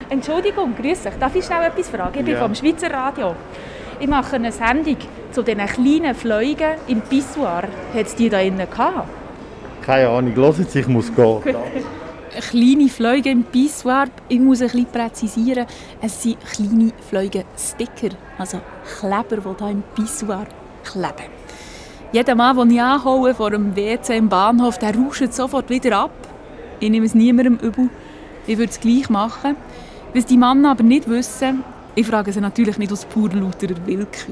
Entschuldigung, grüß dich. Darf ich schnell etwas fragen? Ich bin vom Schweizer Radio. Ich mache eine Sendung zu diesen kleinen Fliegen im Pissoir. Hat es die da innen gehabt? Keine Ahnung, los jetzt, ich muss gehen. Kleine Fliegen im Pissoir, ich muss ein bisschen präzisieren, es sind kleine Fliegen-Sticker, also Kleber, die hier im Pissoir kleben. Jeder Mann, den ich anhaue vor dem WC im Bahnhof, der rauscht sofort wieder ab. Ich nehme es niemandem übel, ich würde es gleich machen. Was die Männer aber nicht wissen, ich frage sie natürlich nicht aus pur lauterer Willkür.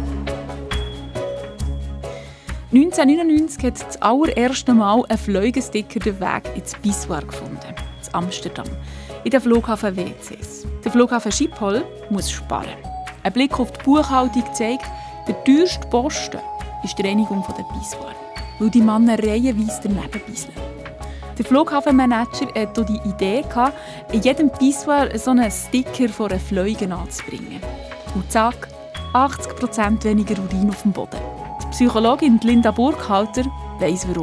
1999 hat das allererste Mal ein Fliegesticker den Weg ins Pissoir gefunden, in Amsterdam, in den Flughafen-WCs. Der Flughafen Schiphol muss sparen. Ein Blick auf die Buchhaltung zeigt, der teuerste Posten ist die Reinigung der Pissoir, weil die Männer reihenweise daneben bisseln. Der Flughafenmanager hatte die Idee, in jedem Pissoir so einen Sticker von einer Fliege anzubringen. Und zack, 80% weniger Urin auf dem Boden. Die Psychologin Linda Burkhalter weiss warum.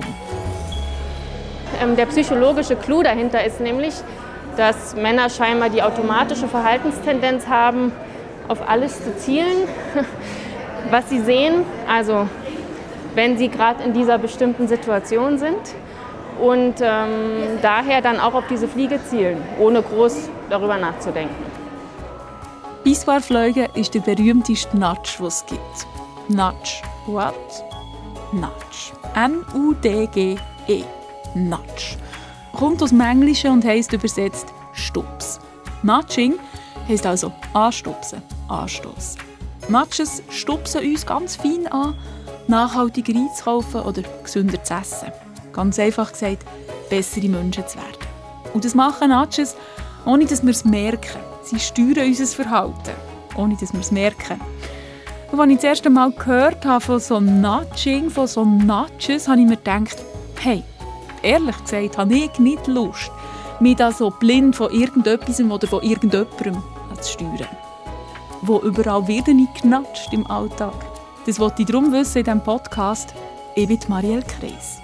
Der psychologische Clou dahinter ist nämlich, dass Männer scheinbar die automatische Verhaltenstendenz haben, auf alles zu zielen, was sie sehen, also wenn sie gerade in dieser bestimmten Situation sind und daher dann auch auf diese Fliege zielen, ohne groß darüber nachzudenken. Pissoirfliegen ist der berühmteste Nudge, den es gibt. Nudge. What? Nudge. N-U-D-G-E. Nudge. Kommt aus dem Englischen und heisst übersetzt Stups. Nudging heisst also anstupsen, anstossen. Nudges stupsen uns ganz fein an, nachhaltiger einzukaufen oder gesünder zu essen. Ganz einfach gesagt, bessere Menschen zu werden. Und das machen Nudges, ohne dass wir es merken. Sie steuern unser Verhalten, ohne dass wir es merken. Und als ich das erste Mal gehört habe von so Nudging, von so Nudges, habe ich mir gedacht, hey, ehrlich gesagt, habe ich nicht Lust, mich da so blind von irgendetwas oder von irgendjemandem zu steuern. Wo überall wird nicht genatscht im Alltag. Das wollte ich darum wissen in diesem Podcast. Ich bin Marielle Kreis.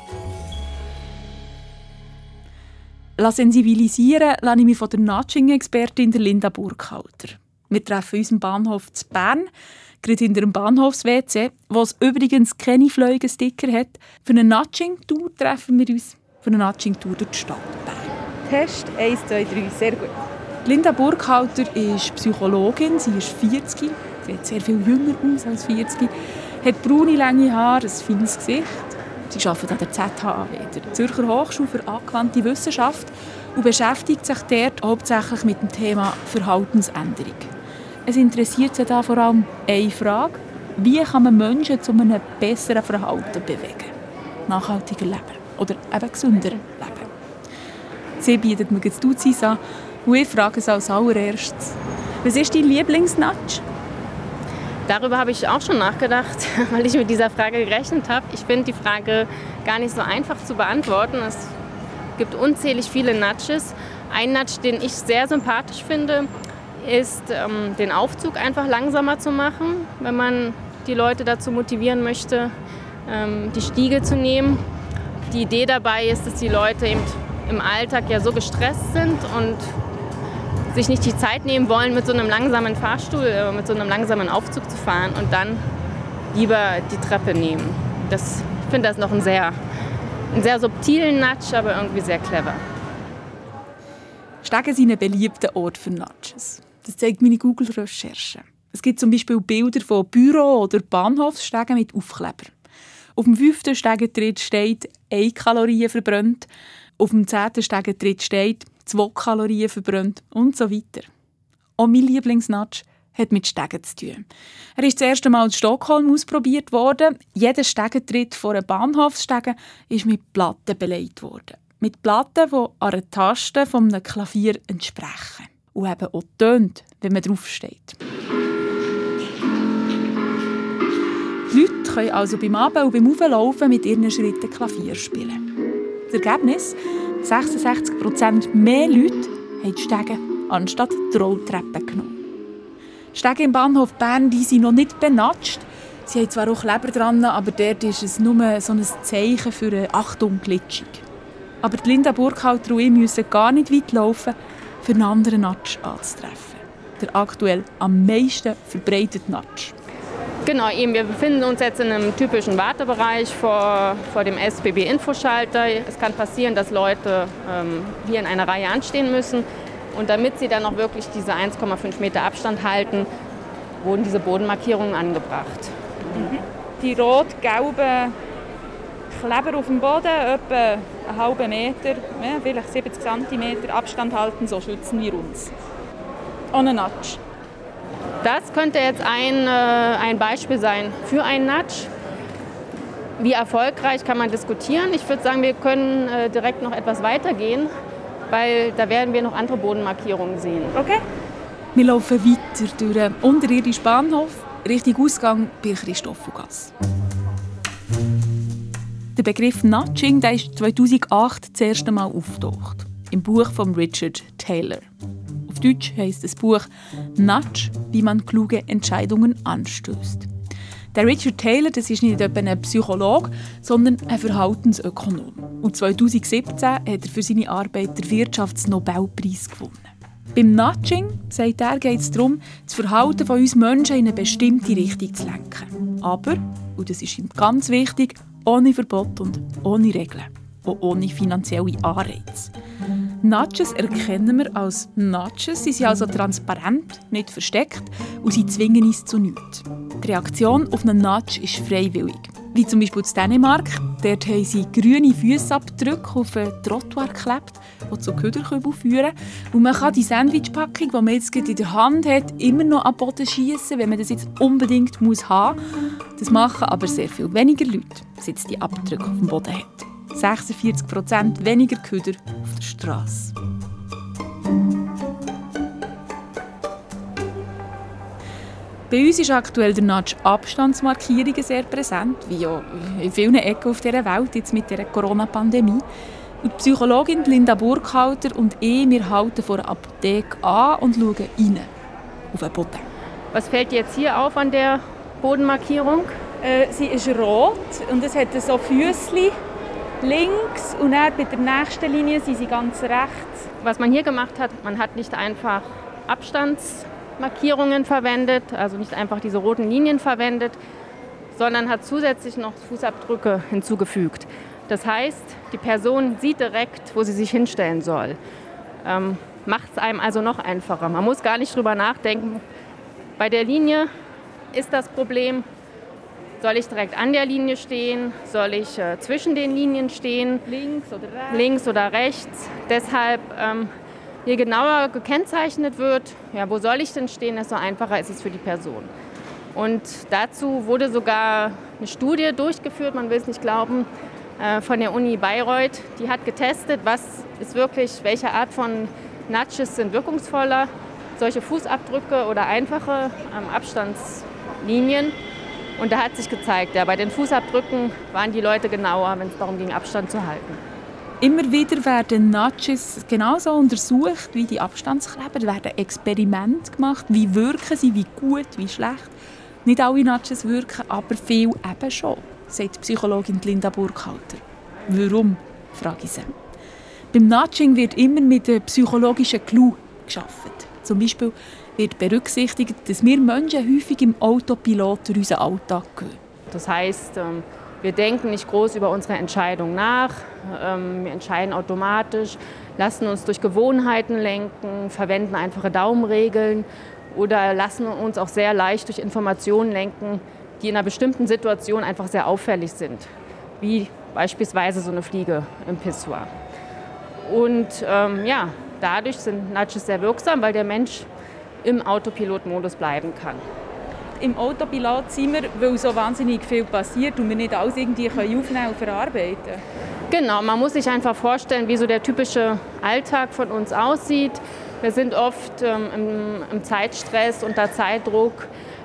Sensibilisieren lasse ich mich von der Nudging-Expertin Linda Burkhalter. Wir treffen uns im Bahnhof zu Bern, gerade hinter dem Bahnhofs-WC, wo es übrigens keine Fliegen-Sticker hat. Für eine Nudging-Tour treffen wir uns. Für eine Nudging-Tour durch die Stadt Bern. Test 1, 2, 3, sehr gut. Linda Burkhalter ist Psychologin, sie ist 40, sie sieht sehr viel jünger aus als 40, hat braune, lange Haare, ein feines Gesicht. Sie arbeitet an der ZHAW, der Zürcher Hochschule für angewandte Wissenschaft, und beschäftigt sich dort hauptsächlich mit dem Thema Verhaltensänderung. Es interessiert sie da vor allem eine Frage: Wie kann man Menschen zu einem besseren Verhalten bewegen? Nachhaltiger leben oder eben gesünder leben. Sie bietet mir jetzt Duzis an und ich frage es als allererstes: Was ist dein Lieblingsnudge? Darüber habe ich auch schon nachgedacht, weil ich mit dieser Frage gerechnet habe. Ich finde die Frage gar nicht so einfach zu beantworten. Es gibt unzählig viele Nudges. Ein Nudge, den ich sehr sympathisch finde, ist, den Aufzug einfach langsamer zu machen, wenn man die Leute dazu motivieren möchte, die Stiege zu nehmen. Die Idee dabei ist, dass die Leute eben im Alltag ja so gestresst sind und sich nicht die Zeit nehmen wollen, mit so einem langsamen Fahrstuhl, mit so einem langsamen Aufzug zu fahren und dann lieber die Treppe nehmen. Ich finde das noch einen sehr subtilen Nudge, aber irgendwie sehr clever. Stege sind ein beliebter Ort für Nudges. Das zeigt meine Google-Recherche. Es gibt zum Beispiel Bilder von Büro- oder Bahnhofsstegen mit Aufkleber. Auf dem 5. Stegentritt steht 1 Kalorie verbrannt, auf dem 10. Stegentritt steht 2 Kalorien verbrannt und so weiter. Auch mein Lieblingsnudge hat mit Stegen zu tun. Er ist das erste Mal in Stockholm ausprobiert worden. Jeder Stegentritt vor einem Bahnhofsstegen ist mit Platten belegt worden. Mit Platten, die einer Taste von einem Klavier entsprechen. Und eben auch tönt, wenn man draufsteht. Die Leute können also beim Ab- und beim Auflaufen mit ihren Schritten Klavier spielen. Das Ergebnis: 66% mehr Leute haben die Stege anstatt die Rolltreppen genommen. Die Stege im Bahnhof Bern, die sind noch nicht benatscht. Sie haben zwar auch Kleber dran, aber dort ist es nur so ein Zeichen für eine Achtung, Glitschung. Aber Linda Burkhalter und ich müssen gar nicht weit laufen. für einen anderen Natsch anzutreffen. Der aktuell am meisten verbreitete Natsch. Genau, eben, wir befinden uns jetzt in einem typischen Wartebereich vor dem SBB-Infoschalter. Es kann passieren, dass Leute hier in einer Reihe anstehen müssen. Und damit sie dann auch wirklich diese 1,5 Meter Abstand halten, wurden diese Bodenmarkierungen angebracht. Die rot-gelben Kleber auf dem Boden, etwa einen halben Meter, vielleicht 70 cm Abstand halten, so schützen wir uns. Ohne Natsch. Das könnte jetzt ein Beispiel sein für einen Natsch. Wie erfolgreich kann man diskutieren? Ich würde sagen, wir können direkt noch etwas weitergehen, weil da werden wir noch andere Bodenmarkierungen sehen. Okay. Wir laufen weiter durch den unterirdischen Bahnhof, Richtung Ausgang bei Christophelgasse. Der Begriff Nudging der ist 2008 das erste Mal aufgetaucht, im Buch von Richard Taylor. Auf Deutsch heisst das Buch «Nudge, wie man kluge Entscheidungen anstößt». Der Richard Taylor, das ist nicht etwa ein Psychologe, sondern ein Verhaltensökonom. Und 2017 hat er für seine Arbeit den Wirtschaftsnobelpreis gewonnen. Beim Nudging, sagt er, geht es darum, das Verhalten von uns Menschen in eine bestimmte Richtung zu lenken. Aber, und das ist ihm ganz wichtig, ohne Verbot und ohne Regeln. Auch ohne finanzielle Anreize. Nudges erkennen wir als Nudges. Sie sind also transparent, nicht versteckt und sie zwingen uns zu nichts. Die Reaktion auf einen Nudge ist freiwillig. Wie zum Beispiel in Dänemark. Dort haben sie grüne Fussabdrücke auf ein Trottoir geklebt, die zu Köderkübeln führen. Und man kann die Sandwichpackung, die man jetzt in der Hand hat, immer noch am Boden schiessen, wenn man das jetzt unbedingt haben muss. Das machen aber sehr viel weniger Leute, seit es die Abdrücke auf dem Boden hat. 46% weniger Köder auf der Straße. Bei uns ist aktuell der Nudge Abstandsmarkierungen sehr präsent, wie auch in vielen Ecken auf dieser Welt, jetzt mit der Corona-Pandemie. Und die Psychologin Linda Burkhalter und ich, wir halten vor der Apotheke an und schauen rein, auf den Boden. Was fällt dir jetzt hier auf an der Bodenmarkierung? Sie ist rot und es hat so Füßchen links und dann bei der nächsten Linie sind sie ganz rechts. Was man hier gemacht hat, man hat nicht einfach Abstandsmarkierungen verwendet, also nicht einfach diese roten Linien verwendet, sondern hat zusätzlich noch Fußabdrücke hinzugefügt. Das heißt, die Person sieht direkt, wo sie sich hinstellen soll. Macht es einem also noch einfacher. Man muss gar nicht drüber nachdenken. Bei der Linie ist das Problem, soll ich direkt an der Linie stehen? Soll ich zwischen den Linien stehen? Links oder rechts? Deshalb, je genauer gekennzeichnet wird, ja, wo soll ich denn stehen, desto einfacher ist es für die Person. Und dazu wurde sogar eine Studie durchgeführt, man will es nicht glauben, von der Uni Bayreuth. Die hat getestet, welche Art von Nudges sind wirkungsvoller, solche Fußabdrücke oder einfache Abstandslinien. Und da hat sich gezeigt, ja, bei den Fußabdrücken waren die Leute genauer, wenn es darum ging, Abstand zu halten. Immer wieder werden Nudges genauso untersucht wie die Abstandskleber, werden Experimente gemacht, wie wirken sie, wie gut, wie schlecht. Nicht alle Nudges wirken, aber viel eben schon, sagt die Psychologin Linda Burkhalter. Warum, frage ich sie. Beim Nudging wird immer mit einem psychologischen Clou gearbeitet. Zum Beispiel wird berücksichtigt, dass wir Menschen häufig im Autopilot durch unseren Alltag gehen. Das heisst, wir denken nicht groß über unsere Entscheidung nach, wir entscheiden automatisch, lassen uns durch Gewohnheiten lenken, verwenden einfache Daumenregeln oder lassen uns auch sehr leicht durch Informationen lenken, die in einer bestimmten Situation einfach sehr auffällig sind, wie beispielsweise so eine Fliege im Pissoir. Und dadurch sind Nudges sehr wirksam, weil der Mensch im Autopilot-Modus bleiben kann. Im Autopilot sind wir, weil so wahnsinnig viel passiert und wir nicht alles irgendwie aufnehmen und verarbeiten können. Genau, man muss sich einfach vorstellen, wie so der typische Alltag von uns aussieht. Wir sind oft im Zeitstress, unter Zeitdruck.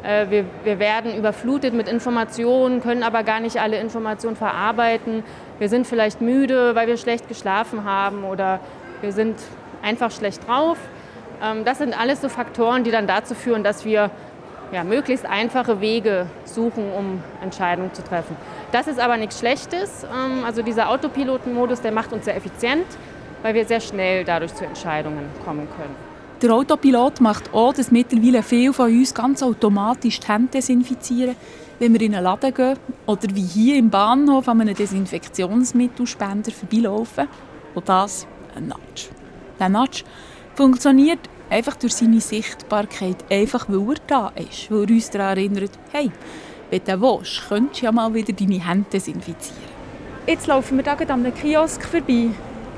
Wir werden überflutet mit Informationen, können aber gar nicht alle Informationen verarbeiten. Wir sind vielleicht müde, weil wir schlecht geschlafen haben oder wir sind einfach schlecht drauf. Das sind alles so Faktoren, die dann dazu führen, dass wir möglichst einfache Wege suchen, um Entscheidungen zu treffen. Das ist aber nichts Schlechtes. Also dieser Autopilotenmodus, der macht uns sehr effizient. weil wir sehr schnell dadurch zu Entscheidungen kommen können. Der Autopilot macht auch, dass mittlerweile viele von uns ganz automatisch die Hände desinfizieren, wenn wir in einen Laden gehen oder wie hier im Bahnhof an einem Desinfektionsmittelspender vorbeilaufen. Und das ein Nudge. Der Nudge funktioniert einfach durch seine Sichtbarkeit, einfach weil er da ist, weil er uns daran erinnert, hey, wenn du willst, könntest du ja mal wieder deine Hände desinfizieren. Jetzt laufen wir da gerade an einem Kiosk vorbei.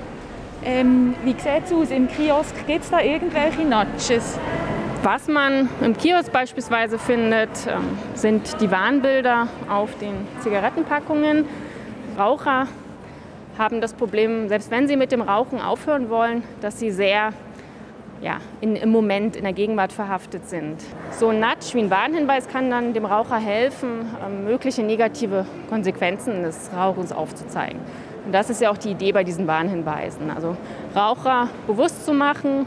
Wie sieht es aus? Im Kiosk gibt es da irgendwelche Nudges? Was man im Kiosk beispielsweise findet, sind die Warnbilder auf den Zigarettenpackungen. Raucher haben das Problem, selbst wenn sie mit dem Rauchen aufhören wollen, dass sie sehr im Moment, in der Gegenwart verhaftet sind. So ein Nudge wie ein Warnhinweis kann dann dem Raucher helfen, mögliche negative Konsequenzen des Rauchens aufzuzeigen. Und das ist ja auch die Idee bei diesen Warnhinweisen. Also Raucher bewusst zu machen,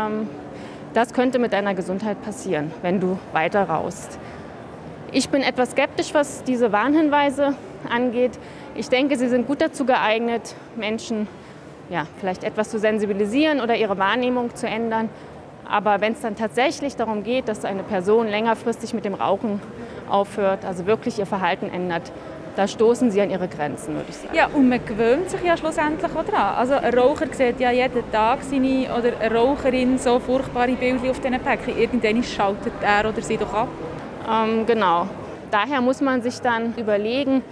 das könnte mit deiner Gesundheit passieren, wenn du weiter rauchst. Ich bin etwas skeptisch, was diese Warnhinweise angeht. Ich denke, sie sind gut dazu geeignet, Menschen vielleicht etwas zu sensibilisieren oder ihre Wahrnehmung zu ändern. Aber wenn es dann tatsächlich darum geht, dass eine Person längerfristig mit dem Rauchen aufhört, also wirklich ihr Verhalten ändert, da stoßen sie an ihre Grenzen, würde ich sagen. Ja, und man gewöhnt sich ja schlussendlich auch daran. Also ein Raucher sieht ja jeden Tag oder eine Raucherin so furchtbare Bilder auf diesen Päckchen. Irgendwann schaltet er oder sie doch ab. Genau. Daher muss man sich dann überlegen,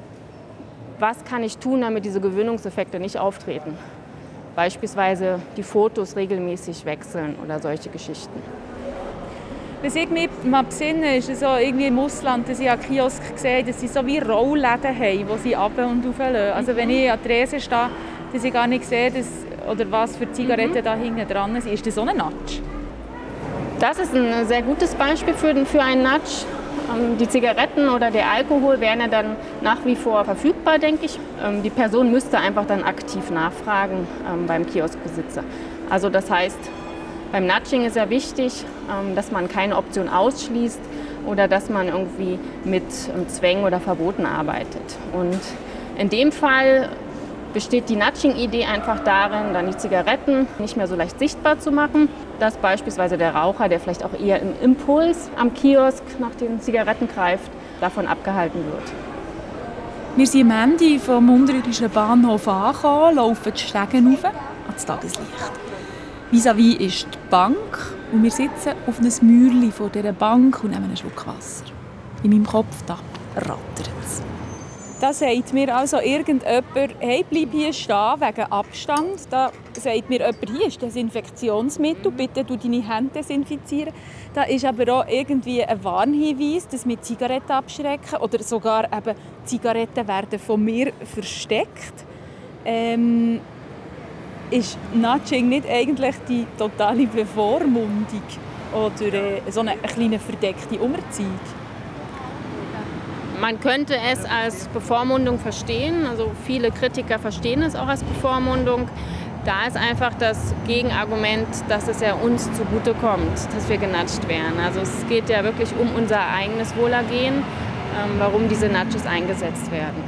was kann ich tun, damit diese Gewöhnungseffekte nicht auftreten. Beispielsweise die Fotos regelmäßig wechseln oder solche Geschichten. Was ich mich mal besinne, ist so irgendwie im Ausland, dass ich an Kiosk gesehen, dass sie so wie Rollläden haben, wo sie runter und rauf lassen. Also wenn ich an der Tresen stehe, dass ich gar nicht sehe, oder was für Zigaretten da hinten dran sind. Ist das so ein Nudge? Das ist ein sehr gutes Beispiel für einen Nudge. Die Zigaretten oder der Alkohol wären ja dann nach wie vor verfügbar, denke ich. Die Person müsste einfach dann aktiv nachfragen beim Kioskbesitzer. Also das heißt, beim Nudging ist ja wichtig, dass man keine Option ausschließt oder dass man irgendwie mit Zwängen oder Verboten arbeitet. Und in dem Fall besteht die Nudging-Idee einfach darin, dann die Zigaretten nicht mehr so leicht sichtbar zu machen, dass beispielsweise der Raucher, der vielleicht auch eher im Impuls am Kiosk nach den Zigaretten greift, davon abgehalten wird. Wir sind am Ende vom unterirdischen Bahnhof angekommen, laufen die Stege rauf ans Tageslicht. Vis-à-vis ist die Bank und wir sitzen auf einem Mäuerchen vor dieser Bank und nehmen einen Schluck Wasser. In meinem Kopf da rattert es. Da sagt mir also irgendjemand, hey, bleib hier stehen wegen Abstand. Da sagt mir jemand, hier ist Desinfektionsmittel, bitte du deine Hände desinfizieren. Da ist aber auch irgendwie ein Warnhinweis, dass wir Zigaretten abschrecken oder sogar eben Zigaretten werden von mir versteckt. Ist Nudging nicht eigentlich die totale Bevormundung oder so eine kleine verdeckte Umerziehung? Man könnte es als Bevormundung verstehen, also viele Kritiker verstehen es auch als Bevormundung. Da ist einfach das Gegenargument, dass es ja uns zugutekommt, dass wir genatscht werden. Also es geht ja wirklich um unser eigenes Wohlergehen, warum diese Nudges eingesetzt werden.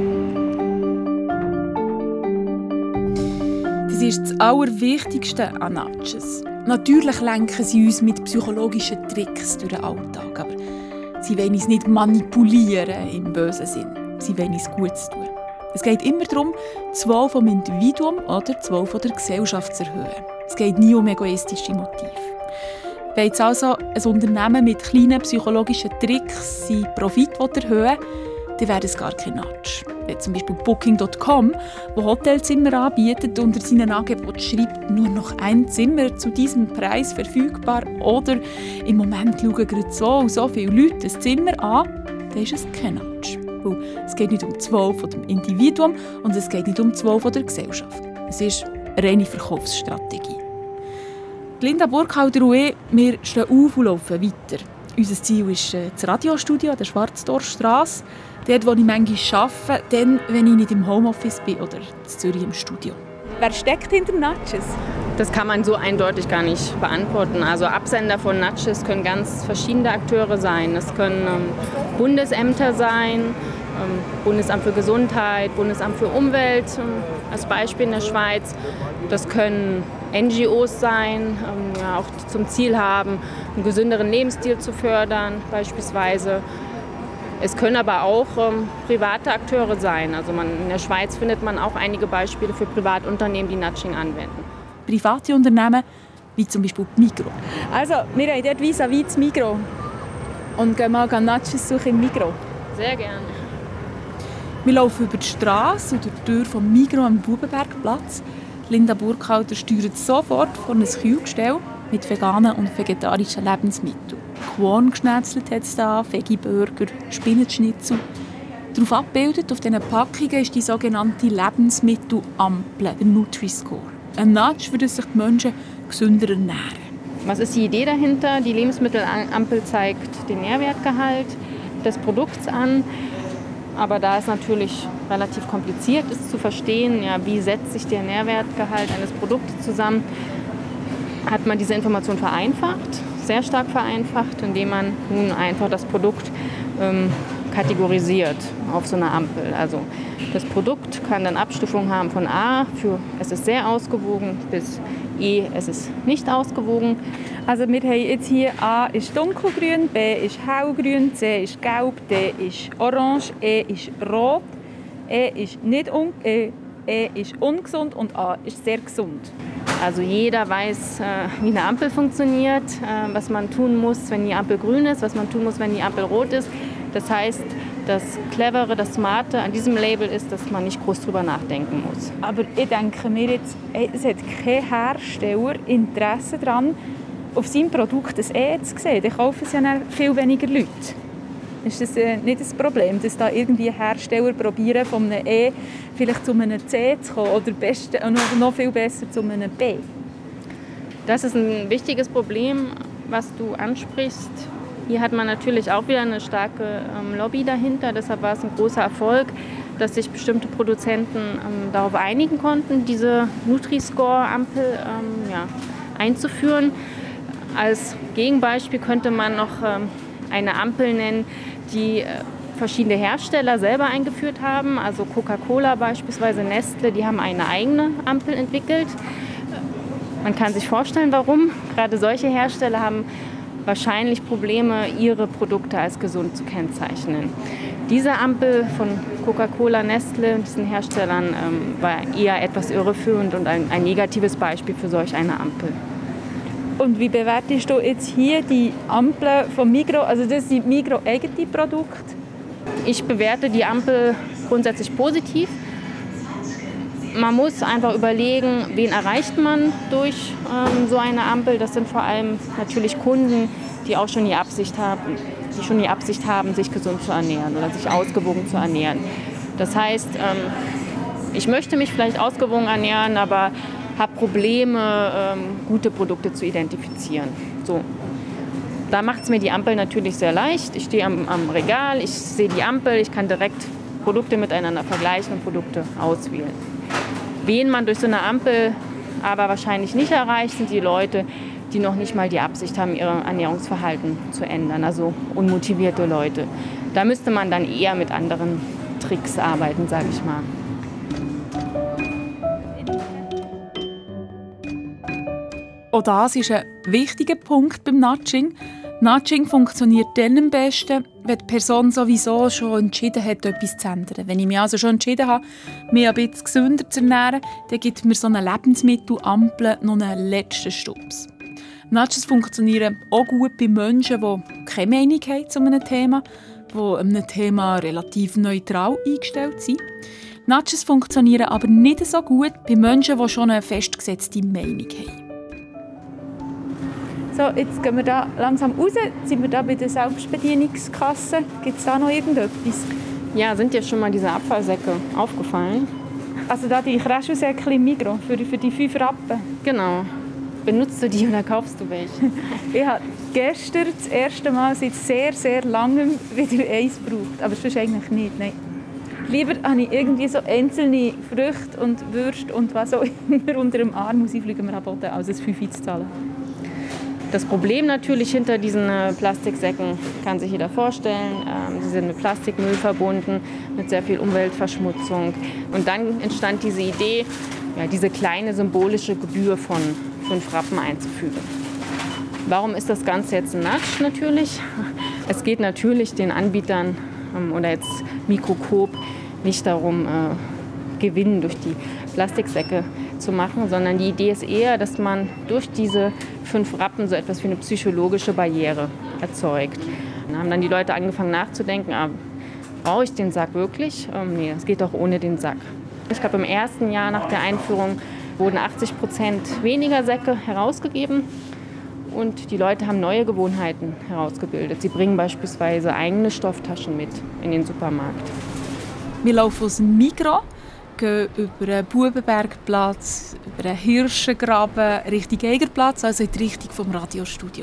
Das ist das Allerwichtigste an Nudges. Natürlich lenken sie uns mit psychologischen Tricks durch den Alltag, aber sie wollen uns nicht manipulieren im bösen Sinn. Sie wollen uns Gutes tun. Es geht immer darum, das Wohl des Individuums oder das Wohl der Gesellschaft zu erhöhen. Es geht nie um egoistische Motive. Wenn jetzt also ein Unternehmen mit kleinen psychologischen Tricks seinen Profit erhöhen will, dann wäre es gar kein Nudge. Wenn zum Beispiel Booking.com, das Hotelzimmer anbietet, unter seinen Angeboten schreibt, nur noch ein Zimmer zu diesem Preis verfügbar oder im Moment schauen gerade so viele Leute das Zimmer an, dann ist es kein Nudge. Weil es geht nicht um das Wohl des Individuums und es geht nicht um das Wohl der Gesellschaft. Es ist eine reine Verkaufsstrategie. Linda Burkhalter und ich, wir stehen auf und laufen weiter. Unser Ziel ist das Radiostudio an der Schwarztorstrasse. Dort, wo ich manchmal arbeite, dann, wenn ich nicht im Homeoffice bin oder in Zürich im Studio. Wer steckt hinter Nudges? Das kann man so eindeutig gar nicht beantworten. Also Absender von Nudges können ganz verschiedene Akteure sein. Es können Bundesämter sein, Bundesamt für Gesundheit, Bundesamt für Umwelt, als Beispiel in der Schweiz. Das können NGOs sein, auch zum Ziel haben, einen gesünderen Lebensstil zu fördern beispielsweise. Es können aber auch private Akteure sein. Also in der Schweiz findet man auch einige Beispiele für Privatunternehmen, die Nudging anwenden. Private Unternehmen, wie zum Beispiel die Migros. Also, wir haben dort vis-à-vis das Migros und gehen mal Nudges suchen im Migros. Sehr gerne. Wir laufen über die Straße und durch die Tür vom Migros am Bubenbergplatz. Linda Burkhalter steuert sofort vor ein Kühlgestell mit veganen und vegetarischen Lebensmitteln. Quorn geschnetzelt hat es da, Veggie-Burger, Spinatschnitzel. Darauf abgebildet auf diesen Packungen ist die sogenannte Lebensmittelampel, der Nutri-Score. Ein Nudge, für das sich die Menschen gesünder ernähren. Was ist die Idee dahinter? Die Lebensmittelampel zeigt den Nährwertgehalt des Produkts an. Aber da es natürlich relativ kompliziert ist zu verstehen, ja, wie setzt sich der Nährwertgehalt eines Produktes zusammen, hat man diese Information vereinfacht, sehr stark vereinfacht, indem man nun einfach das Produkt kategorisiert auf so einer Ampel. Also das Produkt kann dann Abstufungen haben von A für es ist sehr ausgewogen bis E, es ist nicht ausgewogen. Also wir haben jetzt hier A ist dunkelgrün, B ist hellgrün, C ist gelb, D ist orange, E ist rot, E ist ungesund und A ist sehr gesund. Also jeder weiß, wie eine Ampel funktioniert, was man tun muss, wenn die Ampel grün ist, was man tun muss, wenn die Ampel rot ist. Das heißt, das Clevere, das Smarte an diesem Label ist, dass man nicht groß drüber nachdenken muss. Aber ich denke mir jetzt, es hat kein Hersteller Interesse daran, auf seinem Produkt ein E zu sehen. Dann kaufen es ja viel weniger Leute. Ist das nicht das Problem, dass da irgendwie Hersteller probieren, von einem E vielleicht zu einem C zu kommen oder noch viel besser zu einem B? Das ist ein wichtiges Problem, was du ansprichst. Hier hat man natürlich auch wieder eine starke Lobby dahinter. Deshalb war es ein großer Erfolg, dass sich bestimmte Produzenten darauf einigen konnten, diese Nutri-Score-Ampel einzuführen. Als Gegenbeispiel könnte man noch eine Ampel nennen, die verschiedene Hersteller selber eingeführt haben. Also Coca-Cola beispielsweise, Nestle, die haben eine eigene Ampel entwickelt. Man kann sich vorstellen, warum. Gerade solche Hersteller haben wahrscheinlich Probleme, ihre Produkte als gesund zu kennzeichnen. Diese Ampel von Coca-Cola, Nestle und diesen Herstellern war eher etwas irreführend und ein negatives Beispiel für solch eine Ampel. Und wie bewertest du jetzt hier die Ampel von Migros? Also das sind Migros eigene Produkte? Ich bewerte die Ampel grundsätzlich positiv. Man muss einfach überlegen, wen erreicht man durch so eine Ampel. Das sind vor allem natürlich Kunden, die auch schon die Absicht haben, sich gesund zu ernähren oder sich ausgewogen zu ernähren. Das heißt, ich möchte mich vielleicht ausgewogen ernähren, aber habe Probleme, gute Produkte zu identifizieren. So. Da macht es mir die Ampel natürlich sehr leicht. Ich stehe am Regal, ich sehe die Ampel, ich kann direkt Produkte miteinander vergleichen und Produkte auswählen. Wen man durch so eine Ampel aber wahrscheinlich nicht erreicht, sind die Leute, die noch nicht mal die Absicht haben, ihr Ernährungsverhalten zu ändern, also unmotivierte Leute. Da müsste man dann eher mit anderen Tricks arbeiten, sage ich mal. Auch das ist ein wichtiger Punkt beim Nudging. Nudging funktioniert dann am besten, wenn die Person sowieso schon entschieden hat, etwas zu ändern. Wenn ich mich also schon entschieden habe, mich ein bisschen gesünder zu ernähren, dann gibt mir so eine Lebensmittelampel noch einen letzten Stups. Nudges funktionieren auch gut bei Menschen, die keine Meinung haben zu einem Thema, die einem Thema relativ neutral eingestellt sind. Nudges funktionieren aber nicht so gut bei Menschen, die schon eine festgesetzte Meinung haben. So, jetzt gehen wir da langsam raus. Sind wir da bei der Selbstbedienungskasse? Gibt es da noch irgendetwas? Ja, sind dir schon mal diese Abfallsäcke aufgefallen? Also da die Kreschelsäckchen im Migros für die 5 Rappen? Genau. Benutzt du die oder kaufst du welche? Ich habe gestern das erste Mal seit sehr, sehr langem wieder eins gebraucht. Aber sonst eigentlich nicht, nein. Lieber habe ich irgendwie so einzelne Früchte und Würste und was auch immer unter dem Arm, muss ich fliegen wir am Boden, als ein 5 zu zahlen. Das Problem natürlich hinter diesen Plastiksäcken kann sich jeder vorstellen. Sie sind mit Plastikmüll verbunden, mit sehr viel Umweltverschmutzung. Und dann entstand diese Idee, diese kleine symbolische Gebühr von 5 Rappen einzufügen. Warum ist das Ganze jetzt ein Nudge natürlich? Es geht natürlich den Anbietern oder jetzt Mikrocoop nicht darum, Gewinn durch die Plastiksäcke zu machen, sondern die Idee ist eher, dass man durch diese 5 Rappen so etwas wie eine psychologische Barriere erzeugt. Dann haben dann die Leute angefangen nachzudenken, brauche ich den Sack wirklich? Nee, das geht auch ohne den Sack. Ich glaube, im ersten Jahr nach der Einführung wurden 80% weniger Säcke herausgegeben und die Leute haben neue Gewohnheiten herausgebildet. Sie bringen beispielsweise eigene Stofftaschen mit in den Supermarkt. Wir laufen aus dem Migros, gehen über den Bubenbergplatz, über den Hirschengraben Richtung Eigerplatz, also in die Richtung vom Radiostudio.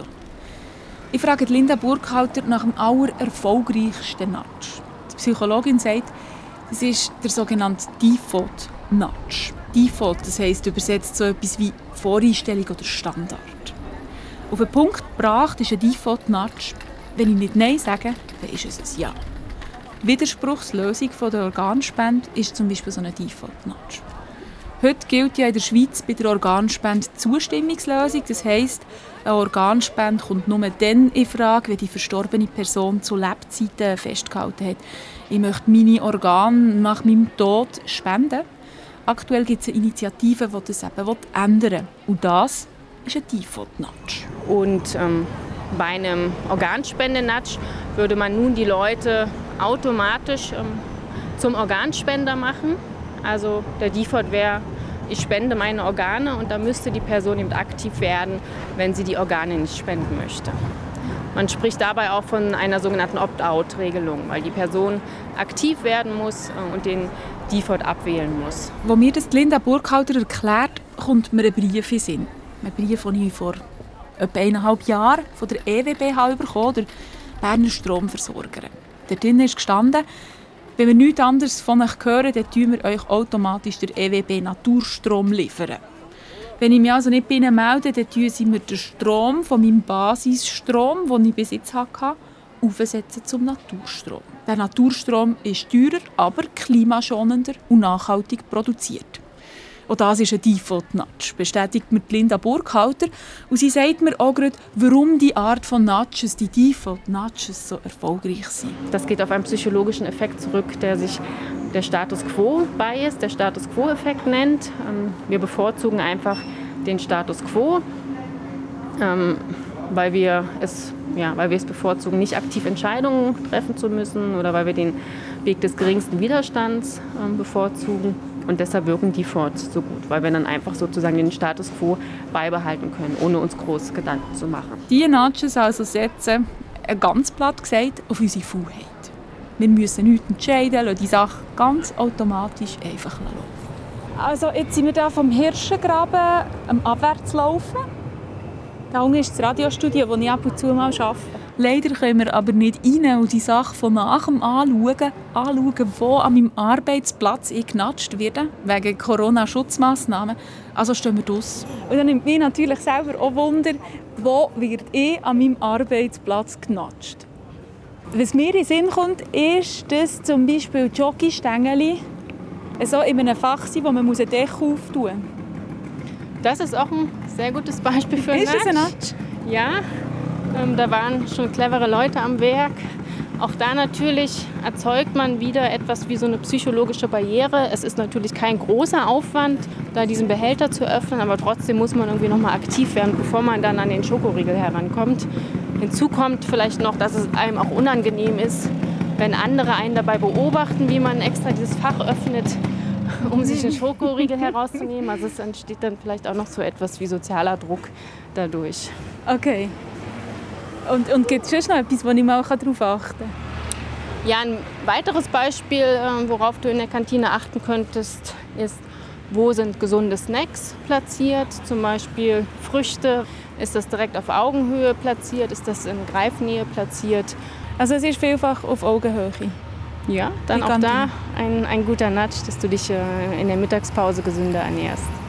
Ich frage Linda Burkhalter nach dem allererfolgreichsten Nudge. Die Psychologin sagt, es ist der sogenannte Default Nudge. Default, das heisst übersetzt so etwas wie Voreinstellung oder Standard. Auf den Punkt gebracht ist ein Default Nudge. Wenn ich nicht Nein sage, dann ist es ein Ja. Die Widerspruchslösung der Organspende ist zum Beispiel so ein Default Nudge. Heute gilt ja in der Schweiz bei der Organspende die Zustimmungslösung. Das heisst, eine Organspende kommt nur dann in Frage, wenn die verstorbene Person zu Lebzeiten festgehalten hat, ich möchte meine Organe nach meinem Tod spenden. Aktuell gibt es eine Initiative, die das eben ändern will. Und das ist ein Default Nudge. Und bei einem Organspende-Nudge würde man nun die Leute automatisch zum Organspender machen. Also der Default wäre, ich spende meine Organe und da müsste die Person eben aktiv werden, wenn sie die Organe nicht spenden möchte. Man spricht dabei auch von einer sogenannten Opt-out-Regelung, weil die Person aktiv werden muss und den Default abwählen muss. Wo mir das Linda Burkhalter erklärt, kommt mir ein Brief in den Sinn. Ein Brief, den ich vor etwa 1,5 Jahren von der EWBH bekommen, der Berner Stromversorger. Dort drin ist gestanden, wenn wir nichts anderes von euch hören, dann liefern wir euch automatisch den EWB Naturstrom liefern. Wenn ich mich also nicht bei ihnen melde, dann tun sie mir den Strom von meinem Basisstrom, den ich bis jetzt hatte, aufsetzen zum Naturstrom. Der Naturstrom ist teurer, aber klimaschonender und nachhaltig produziert. Und das ist ein Default Nudge, bestätigt mir Linda Burkhalter. Und sie sagt mir auch gerade, warum die Art von Nudges, die Default Nudges, so erfolgreich sind. Das geht auf einen psychologischen Effekt zurück, der sich der Status Quo Bias, der Status Quo Effekt nennt. Wir bevorzugen einfach den Status Quo, weil wir es bevorzugen, nicht aktiv Entscheidungen treffen zu müssen oder weil wir den Weg des geringsten Widerstands bevorzugen. Und deshalb wirken Defaults so gut, weil wir dann einfach sozusagen den Status Quo beibehalten können, ohne uns groß Gedanken zu machen. Die Nudges also setzen, ganz platt gesagt, auf unsere Faulheit. Wir müssen nichts entscheiden, lassen die Sache ganz automatisch einfach laufen. Also jetzt sind wir hier vom Hirschengraben am Abwärtslaufen. Da unten ist das Radiostudio, wo ich ab und zu mal arbeite. Leider können wir aber nicht rein und die Sache von nachher anschauen, wo an meinem Arbeitsplatz ich genatscht werde, wegen Corona-Schutzmassnahmen. Also stehen wir draussen. Und dann nimmt mich natürlich selber auch Wunder, wo wird an meinem Arbeitsplatz genatscht. Was mir in den Sinn kommt, ist, dass zum Beispiel Jockeystängeli so in einem Fach sind, wo man einen Deckel auftun muss. Das ist auch ein sehr gutes Beispiel für einen Nudge. Ist das ein Nudge? Ja. Da waren schon clevere Leute am Werk. Auch da natürlich erzeugt man wieder etwas wie so eine psychologische Barriere. Es ist natürlich kein großer Aufwand, da diesen Behälter zu öffnen, aber trotzdem muss man irgendwie noch mal aktiv werden, bevor man dann an den Schokoriegel herankommt. Hinzu kommt vielleicht noch, dass es einem auch unangenehm ist, wenn andere einen dabei beobachten, wie man extra dieses Fach öffnet, um sich einen Schokoriegel herauszunehmen. Also es entsteht dann vielleicht auch noch so etwas wie sozialer Druck dadurch. Okay. Und gibt es sonst noch etwas, wo ich mal darauf achten kann? Ja, ein weiteres Beispiel, worauf du in der Kantine achten könntest, ist, wo sind gesunde Snacks platziert, zum Beispiel Früchte. Ist das direkt auf Augenhöhe platziert? Ist das in Greifnähe platziert? Also es ist vielfach auf Augenhöhe? Ja, dann auch da ein guter Nudge, dass du dich in der Mittagspause gesünder ernährst.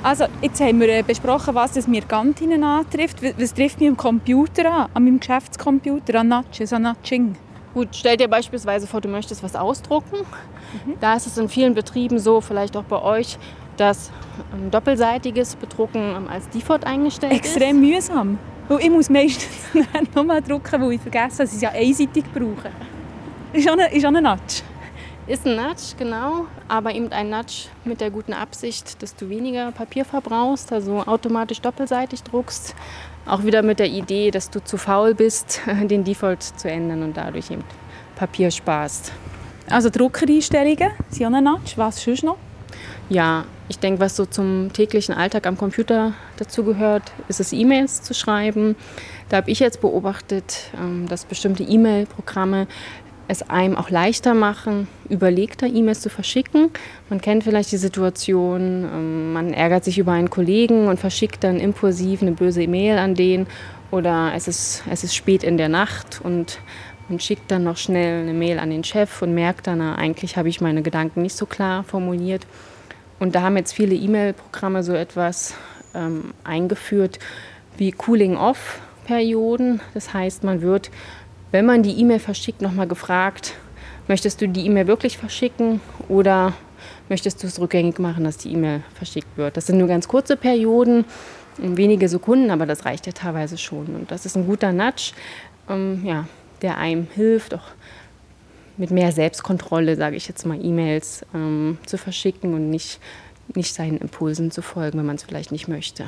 Also, jetzt haben wir besprochen, was das Merkantinnen antrifft. Was trifft mich am Computer an meinem Geschäftscomputer, an Nudges, an Nudging? Gut, stell dir beispielsweise vor, du möchtest was ausdrucken. Da ist es in vielen Betrieben so, vielleicht auch bei euch, dass ein doppelseitiges Bedrucken als Default eingestellt ist. Extrem mühsam. Weil ich muss meistens nochmal drucken, weil ich vergesse, dass ich es ja einseitig brauche. Ist auch ein Nudge. Ist ein Nudge, genau, aber eben ein Nudge mit der guten Absicht, dass du weniger Papier verbrauchst, also automatisch doppelseitig druckst. Auch wieder mit der Idee, dass du zu faul bist, den Default zu ändern und dadurch eben Papier sparst. Also Druckereinstellungen sind auch ein Nudge. Was sonst noch? Ja, ich denke, was so zum täglichen Alltag am Computer dazugehört, ist es, E-Mails zu schreiben. Da habe ich jetzt beobachtet, dass bestimmte E-Mail-Programme es einem auch leichter machen, überlegter E-Mails zu verschicken. Man kennt vielleicht die Situation, man ärgert sich über einen Kollegen und verschickt dann impulsiv eine böse E-Mail an den. Oder es ist spät in der Nacht und man schickt dann noch schnell eine Mail an den Chef und merkt dann, eigentlich habe ich meine Gedanken nicht so klar formuliert. Und da haben jetzt viele E-Mail-Programme so etwas eingeführt wie Cooling-Off-Perioden. Das heißt, man wird, wenn man die E-Mail verschickt, nochmal gefragt, möchtest du die E-Mail wirklich verschicken oder möchtest du es rückgängig machen, dass die E-Mail verschickt wird. Das sind nur ganz kurze Perioden, wenige Sekunden, aber das reicht ja teilweise schon. Und das ist ein guter Nudge, der einem hilft, auch mit mehr Selbstkontrolle, sage ich jetzt mal, E-Mails zu verschicken und nicht seinen Impulsen zu folgen, wenn man es vielleicht nicht möchte.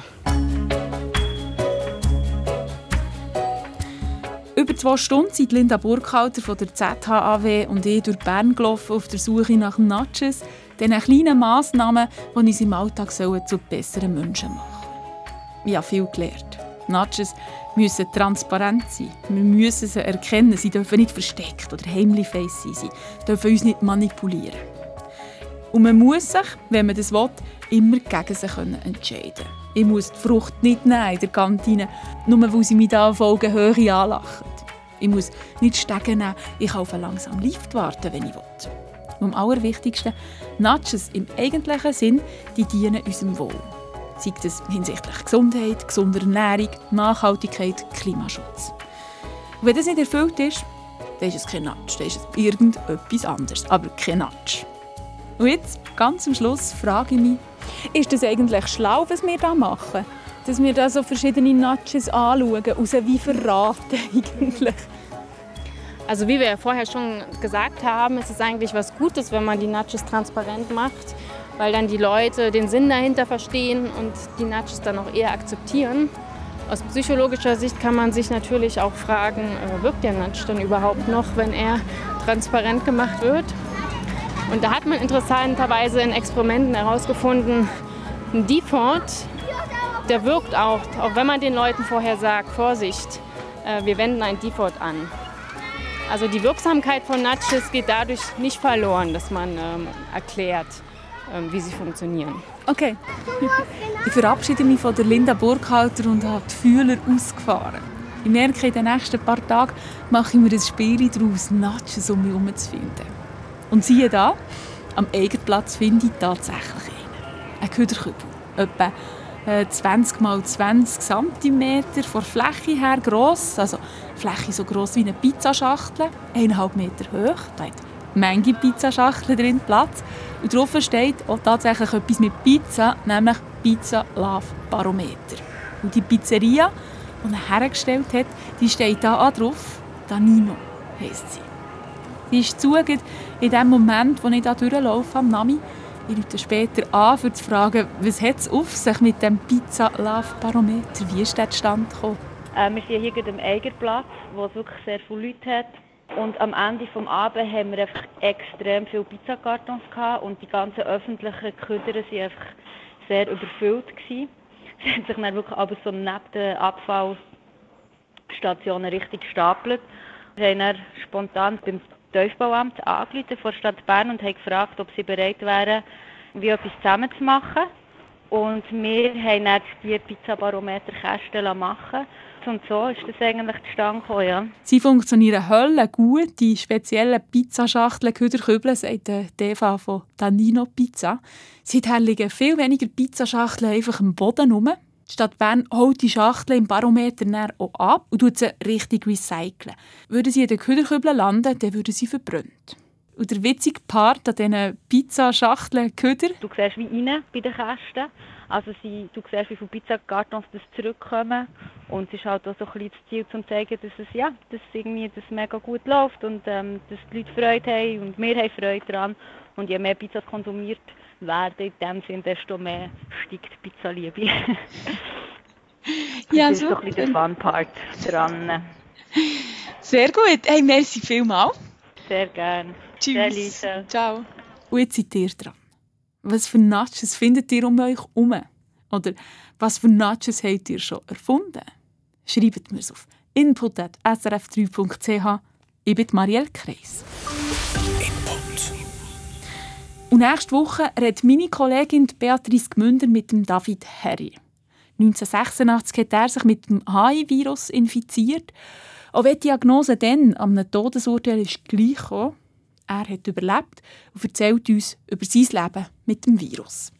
Über 2 Stunden sind Linda Burkhalter von der ZHAW und ich durch Bern gelaufen auf der Suche nach Nudges, diesen kleinen Massnahmen, die uns im Alltag zu besseren Menschen machen sollen. Ich habe viel gelernt. Nudges müssen transparent sein. Wir müssen sie erkennen. Sie dürfen nicht versteckt oder heimlich sein. Sie dürfen uns nicht manipulieren. Und man muss sich, wenn man das will, immer gegen sie entscheiden. Ich muss die Frucht nicht nehmen in der Kantine, nur weil sie mich da auf Augenhöhe anlachen. Ich muss nicht Stege nehmen, ich kann auf einen langsamen Lift warten, wenn ich will. Und am allerwichtigsten, Nudges im eigentlichen Sinn, die dienen unserem Wohl. Sei das hinsichtlich Gesundheit, gesunder Ernährung, Nachhaltigkeit, Klimaschutz. Und wenn das nicht erfüllt ist, dann ist es kein Nudge, dann ist es irgendetwas anderes, aber kein Nudge. Und jetzt, ganz am Schluss, frage ich mich, ist das eigentlich schlau, was wir da machen? Dass wir da so verschiedene Nudges anschauen und sie wie verraten eigentlich? Also wie wir ja vorher schon gesagt haben, ist es eigentlich was Gutes, wenn man die Nudges transparent macht, weil dann die Leute den Sinn dahinter verstehen und die Nudges dann auch eher akzeptieren. Aus psychologischer Sicht kann man sich natürlich auch fragen, wirkt der Nudge dann überhaupt noch, wenn er transparent gemacht wird? Und da hat man interessanterweise in Experimenten herausgefunden, ein Default, der wirkt auch wenn man den Leuten vorher sagt, Vorsicht, wir wenden ein Default an. Also die Wirksamkeit von Nudges geht dadurch nicht verloren, dass man erklärt, wie sie funktionieren. Okay. Ich verabschiede mich von der Linda Burkhalter und habe die Fühler ausgefahren. Ich merke, in den nächsten paar Tagen mache ich mir ein Spiel daraus, Nudges um mich herum zu finden. Und siehe da, am Eigenplatz finde ich tatsächlich einen. Ein Köderkübel, etwa 20 x 20 cm von der Fläche her gross, also Fläche so gross wie eine Pizzaschachtel, 1,5 Meter hoch, da hat Menge Pizzaschachteln drin Platz. Und drauf steht auch tatsächlich etwas mit Pizza, nämlich Pizza Love Barometer. Und die Pizzeria, die er hergestellt hat, die steht da auch drauf, Danino heisst sie. Sie ist zugegeben in dem Moment, wo ich hier durchlaufe am Nami. Ich rufe später an, um zu fragen, was hat es auf sich mit dem Pizza Love Barometer? Wie ist der zustande gekommen? Wir sind hier am Eigerplatz, wo es wirklich sehr viele Leute hat. Und am Ende des Abends haben wir einfach extrem viele Pizzakartons gehabt und die ganzen öffentlichen Köder waren einfach sehr überfüllt gewesen. Sie haben sich dann wirklich aber so neben den Abfallstationen richtig gestapelt. Wir haben dann spontan beim Tiefbauamt angerufen vor der Stadt Bern und haben gefragt, ob sie bereit wären, wie etwas zusammen zu machen. Und wir haben dann die Pizza-Barometer-Kästen machen. Und so ist das eigentlich zustande gekommen, ja. Sie funktionieren höllengut, die speziellen Pizzaschachteln, Küderkübel, sagt Eva von Danino Pizza. Seither liegen viel weniger Pizzaschachteln einfach am Boden rum. Die Stadt Bern holt die Schachteln im Barometer dann auch ab und tut sie richtig recyceln. Würden sie in den Küderkübeln landen, dann würden sie verbrannt. Und der witzige Part an diesen Pizzaschachteln Küder. Du siehst wie rein bei den Kästen. Also du siehst, wie viele Pizzakartons das zurückkommen. Und es ist halt auch so ein bisschen das Ziel, um zu zeigen, dass es mega gut läuft und dass die Leute Freude haben und wir haben Freude daran. Und je mehr Pizzas konsumiert werden, in dem Sinne, desto mehr steigt die Pizzaliebe. Ja, das ist so ein bisschen der Fun-Part dran. Sehr gut. Hey, merci vielmals. Sehr gerne. Tschüss. Ciao. Und jetzt seid ihr dran. Was für Nachos findet ihr um euch herum? Oder was für Nachos habt ihr schon erfunden? Schreibt mir es auf input@srf3.ch. Ich bin Marielle Kreis. Und nächste Woche redet meine Kollegin Beatrice Gmünder mit dem David Harry. 1986 hat er sich mit dem HIV-Virus infiziert. Auch wenn die Diagnose dann an einem Todesurteil gleich kam, er hat überlebt und erzählt uns über sein Leben mit dem Virus.